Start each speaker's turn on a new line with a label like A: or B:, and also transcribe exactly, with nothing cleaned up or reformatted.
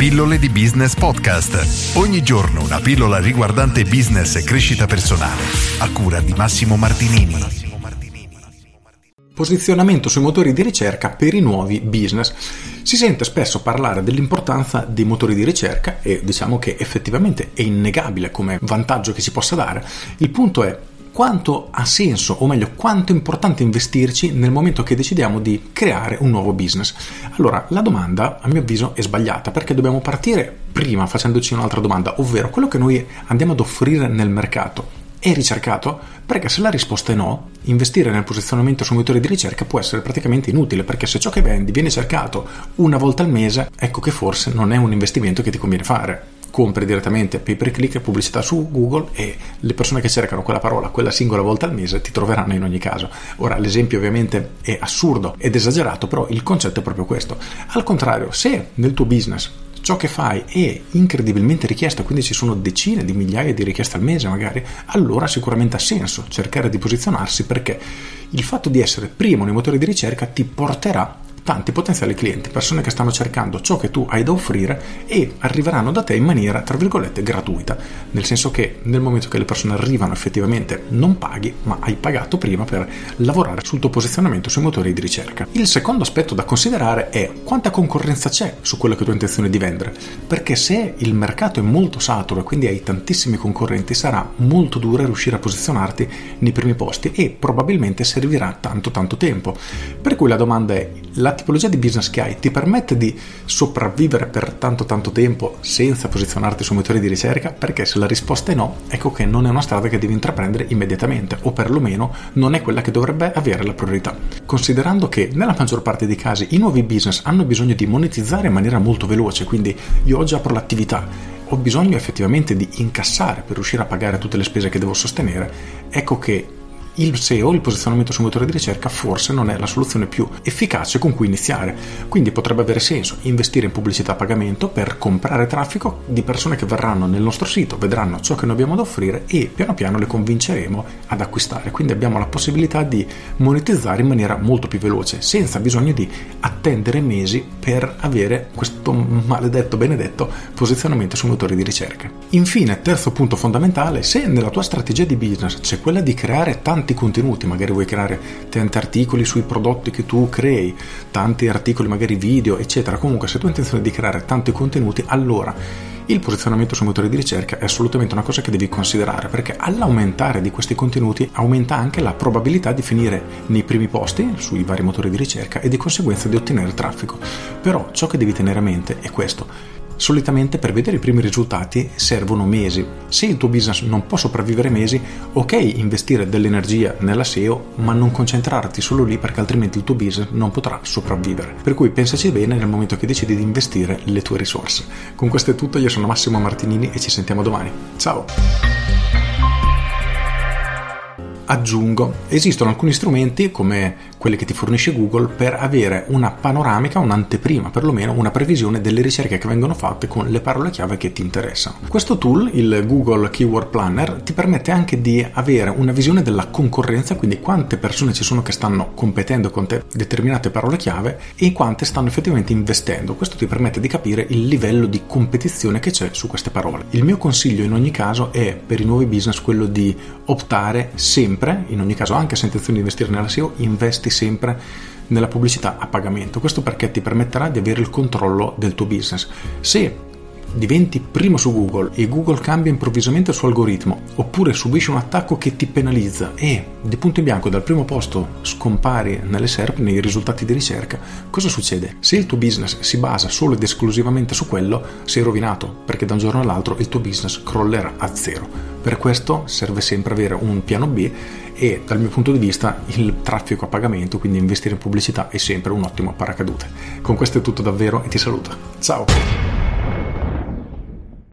A: Pillole di Business Podcast. Ogni giorno una pillola riguardante business e crescita personale. A cura di Massimo Martinini.
B: Posizionamento sui motori di ricerca per i nuovi business. Si sente spesso parlare dell'importanza dei motori di ricerca e diciamo che effettivamente è innegabile come vantaggio che si possa dare. Il punto è quanto ha senso, o meglio, quanto è importante investirci nel momento che decidiamo di creare un nuovo business. Allora, la domanda, a mio avviso, è sbagliata, perché dobbiamo partire prima facendoci un'altra domanda, ovvero quello che noi andiamo ad offrire nel mercato è ricercato? Perché se la risposta è no, investire nel posizionamento sui motori di ricerca può essere praticamente inutile, perché se ciò che vendi viene cercato una volta al mese, ecco che forse non è un investimento che ti conviene fare. Compri direttamente pay per click e pubblicità su Google e le persone che cercano quella parola quella singola volta al mese ti troveranno in ogni caso. Ora, l'esempio ovviamente è assurdo ed esagerato, però il concetto è proprio questo. Al contrario, se nel tuo business ciò che fai è incredibilmente richiesto, quindi ci sono decine di migliaia di richieste al mese magari, allora sicuramente ha senso cercare di posizionarsi, perché il fatto di essere primo nei motori di ricerca ti porterà tanti potenziali clienti, persone che stanno cercando ciò che tu hai da offrire e arriveranno da te in maniera, tra virgolette, gratuita, nel senso che nel momento che le persone arrivano effettivamente non paghi, ma hai pagato prima per lavorare sul tuo posizionamento sui motori di ricerca. Il secondo aspetto da considerare è quanta concorrenza c'è su quello che tu hai intenzione di vendere, perché se il mercato è molto saturo e quindi hai tantissimi concorrenti, sarà molto duro riuscire a posizionarti nei primi posti e probabilmente servirà tanto tanto tempo. Per cui la domanda è: la tipologia di business che hai ti permette di sopravvivere per tanto tanto tempo senza posizionarti sui motori di ricerca? Perché se la risposta è no, ecco che non è una strada che devi intraprendere immediatamente, o perlomeno non è quella che dovrebbe avere la priorità. Considerando che nella maggior parte dei casi i nuovi business hanno bisogno di monetizzare in maniera molto veloce, quindi io oggi apro l'attività, ho bisogno effettivamente di incassare per riuscire a pagare tutte le spese che devo sostenere, ecco che il S E O, il posizionamento sul motore di ricerca, forse non è la soluzione più efficace con cui iniziare. Quindi potrebbe avere senso investire in pubblicità a pagamento per comprare traffico di persone che verranno nel nostro sito, vedranno ciò che noi abbiamo da offrire e piano piano le convinceremo ad acquistare. Quindi abbiamo la possibilità di monetizzare in maniera molto più veloce, senza bisogno di attendere mesi per avere questo maledetto, benedetto posizionamento sui motori di ricerca. Infine, terzo punto fondamentale: se nella tua strategia di business c'è quella di creare tanti contenuti, magari vuoi creare tanti articoli sui prodotti che tu crei, tanti articoli, magari video, eccetera, comunque se tu hai intenzione di creare tanti contenuti, allora il posizionamento sui motori di ricerca è assolutamente una cosa che devi considerare, perché all'aumentare di questi contenuti aumenta anche la probabilità di finire nei primi posti sui vari motori di ricerca e di conseguenza di ottenere traffico. Però ciò che devi tenere a mente è questo: solitamente per vedere i primi risultati servono mesi. Se il tuo business non può sopravvivere mesi, ok investire dell'energia nella S E O, ma non concentrarti solo lì, perché altrimenti il tuo business non potrà sopravvivere. Per cui pensaci bene nel momento che decidi di investire le tue risorse. Con questo è tutto, io sono Massimo Martinini e ci sentiamo domani. Ciao! Aggiungo, esistono alcuni strumenti come quelli che ti fornisce Google per avere una panoramica, un'anteprima, perlomeno una previsione delle ricerche che vengono fatte con le parole chiave che ti interessano. Questo tool, il Google Keyword Planner, ti permette anche di avere una visione della concorrenza, quindi quante persone ci sono che stanno competendo con te determinate parole chiave e quante stanno effettivamente investendo. Questo ti permette di capire il livello di competizione che c'è su queste parole. Il mio consiglio in ogni caso è, per i nuovi business, quello di optare sempre, in ogni caso anche se hai intenzione di investire nella S E O, investi sempre nella pubblicità a pagamento. Questo perché ti permetterà di avere il controllo del tuo business. Se diventi primo su Google e Google cambia improvvisamente il suo algoritmo, oppure subisci un attacco che ti penalizza e di punto in bianco dal primo posto scompari nelle S E R P, nei risultati di ricerca, cosa succede? Se il tuo business si basa solo ed esclusivamente su quello, sei rovinato, perché da un giorno all'altro il tuo business crollerà a zero. Per questo serve sempre avere un piano B e dal mio punto di vista il traffico a pagamento, quindi investire in pubblicità, è sempre un ottimo paracadute. Con questo è tutto davvero e ti saluto. Ciao!